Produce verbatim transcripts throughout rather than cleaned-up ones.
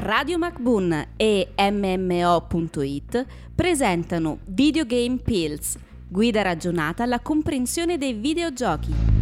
Radio MacBoon e M M O punto it presentano Videogame Pills, guida ragionata alla comprensione dei videogiochi.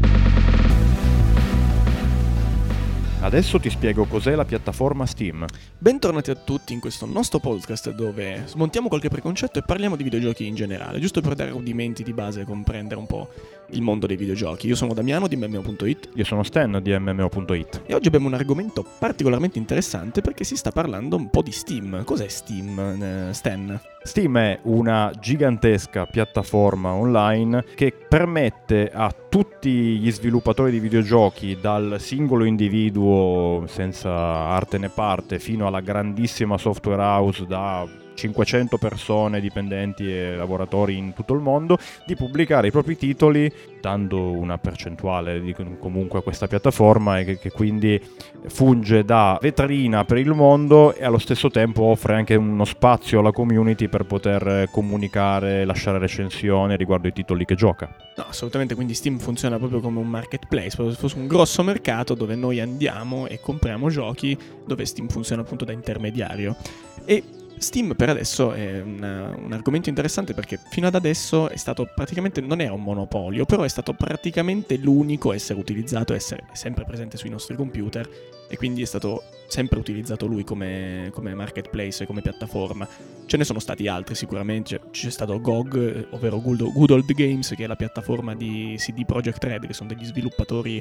Adesso ti spiego cos'è la piattaforma Steam. Bentornati a tutti in questo nostro podcast dove smontiamo qualche preconcetto e parliamo di videogiochi in generale, giusto per dare rudimenti di base e comprendere un po' il mondo dei videogiochi. Io sono Damiano di M M O punto it. Io sono Stan di M M O punto it. E oggi abbiamo un argomento particolarmente interessante perché si sta parlando un po' di Steam. Cos'è Steam, eh, Stan? Steam è una gigantesca piattaforma online che permette a tutti gli sviluppatori di videogiochi, dal singolo individuo senza arte né parte fino alla grandissima software house da cinquecento persone, dipendenti e lavoratori in tutto il mondo, di pubblicare i propri titoli dando una percentuale di, comunque a questa piattaforma, e che, che quindi funge da vetrina per il mondo e allo stesso tempo offre anche uno spazio alla community per poter comunicare, lasciare recensioni riguardo i titoli che gioca. No, assolutamente, quindi Steam funziona proprio come un marketplace, come se fosse un grosso mercato dove noi andiamo e compriamo giochi, dove Steam funziona appunto da intermediario. E Steam per adesso è una, un argomento interessante perché fino ad adesso è stato praticamente, non era un monopolio, però è stato praticamente l'unico a essere utilizzato, essere sempre presente sui nostri computer, e quindi è stato sempre utilizzato lui come, come marketplace e come piattaforma. Ce ne sono stati altri sicuramente, c'è stato G O G, ovvero Good, Good Old Games, che è la piattaforma di C D Projekt Red, che sono degli sviluppatori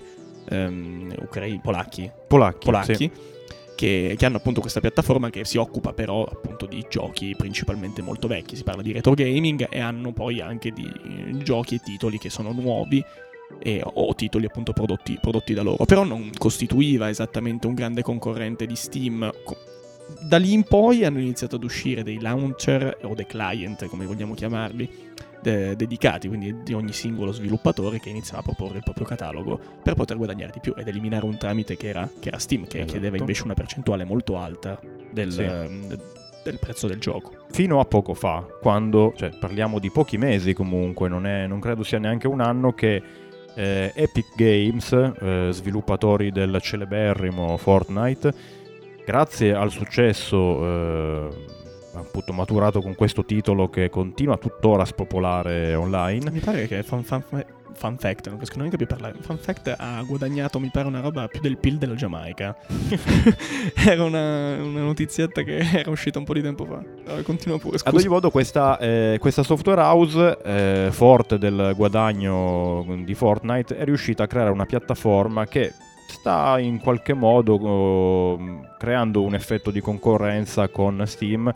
um, ucraini, polacchi, polacchi, polacchi sì. Che, che hanno appunto questa piattaforma che si occupa però appunto di giochi principalmente molto vecchi, si parla di retro gaming, e hanno poi anche di giochi e titoli che sono nuovi e, o titoli appunto prodotti, prodotti da loro, però non costituiva esattamente un grande concorrente di Steam. Da lì in poi hanno iniziato ad uscire dei launcher o dei client, come vogliamo chiamarli, De- dedicati, quindi di ogni singolo sviluppatore che iniziava a proporre il proprio catalogo per poter guadagnare di più ed eliminare un tramite che era, che era Steam, che esatto. chiedeva invece una percentuale molto alta del, sì. um, del prezzo del gioco. Fino a poco fa, quando, cioè parliamo di pochi mesi comunque, non, è, non credo sia neanche un anno, che eh, Epic Games, eh, sviluppatori del celeberrimo Fortnite, grazie al successo eh, appunto maturato con questo titolo che continua tuttora a spopolare online. Mi pare che Fun, fun, fun Fact, non riesco neanche più a parlare. Fun Fact ha guadagnato, mi pare, una roba più del P I L della Giamaica. Era una, una notizietta che era uscita un po' di tempo fa. Allora, continua pure, scusa. Ad ogni modo questa, eh, questa software house, eh, forte del guadagno di Fortnite, è riuscita a creare una piattaforma che sta in qualche modo oh, creando un effetto di concorrenza con Steam,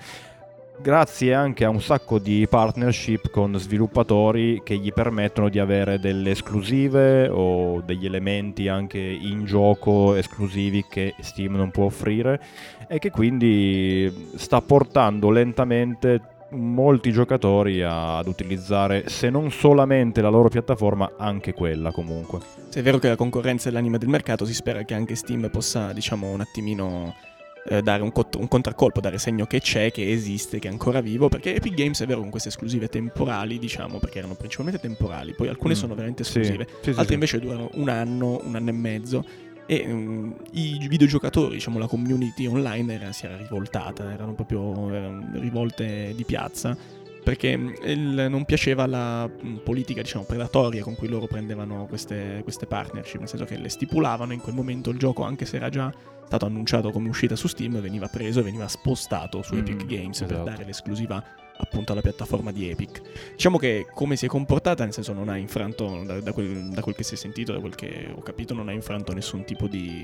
grazie anche a un sacco di partnership con sviluppatori che gli permettono di avere delle esclusive o degli elementi anche in gioco esclusivi che Steam non può offrire, e che quindi sta portando lentamente molti giocatori ad utilizzare, se non solamente la loro piattaforma, anche quella comunque. Se è vero che la concorrenza è l'anima del mercato, si spera che anche Steam possa, diciamo, un attimino eh, dare un, cont- un contraccolpo, dare segno che c'è, che esiste, che è ancora vivo, perché Epic Games è vero con queste esclusive temporali, diciamo, perché erano principalmente temporali, poi alcune mm. sono veramente esclusive, sì, sì, altre sì, invece sì. durano un anno, un anno e mezzo. E um, i videogiocatori, diciamo la community online era, si era rivoltata, erano proprio erano rivolte di piazza, perché il, non piaceva la politica, diciamo, predatoria con cui loro prendevano queste, queste partnership, nel senso che le stipulavano in quel momento il gioco, anche se era già stato annunciato come uscita su Steam, veniva preso e veniva spostato su mm, Epic Games esatto. per dare l'esclusiva appunto alla piattaforma di Epic. Diciamo che come si è comportata, nel senso non ha infranto, da, da, quel, da quel che si è sentito, da quel che ho capito, non ha infranto nessun tipo di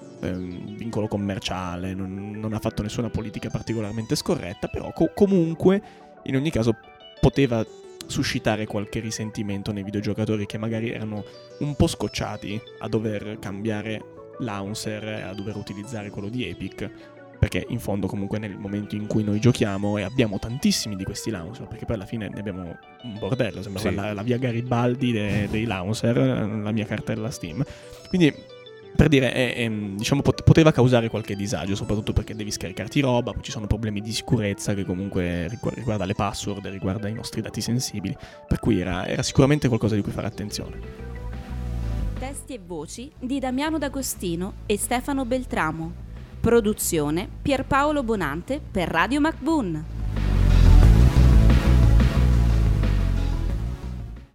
ehm, vincolo commerciale, non, non ha fatto nessuna politica particolarmente scorretta, però co- comunque in ogni caso poteva suscitare qualche risentimento nei videogiocatori che magari erano un po' scocciati a dover cambiare launcher e a dover utilizzare quello di Epic, perché in fondo comunque nel momento in cui noi giochiamo, e abbiamo tantissimi di questi launcher, perché poi alla fine ne abbiamo un bordello, sembra sì. la, la via Garibaldi de, dei launcher, la mia cartella Steam, quindi per dire è, è, diciamo pot- poteva causare qualche disagio, soprattutto perché devi scaricarti roba, poi ci sono problemi di sicurezza che comunque rigu- riguarda le password, riguarda i nostri dati sensibili, per cui era, era sicuramente qualcosa di cui fare attenzione. Testi e voci di Damiano D'Agostino e Stefano Beltramo. Produzione Pierpaolo Bonante per Radio MacBoon.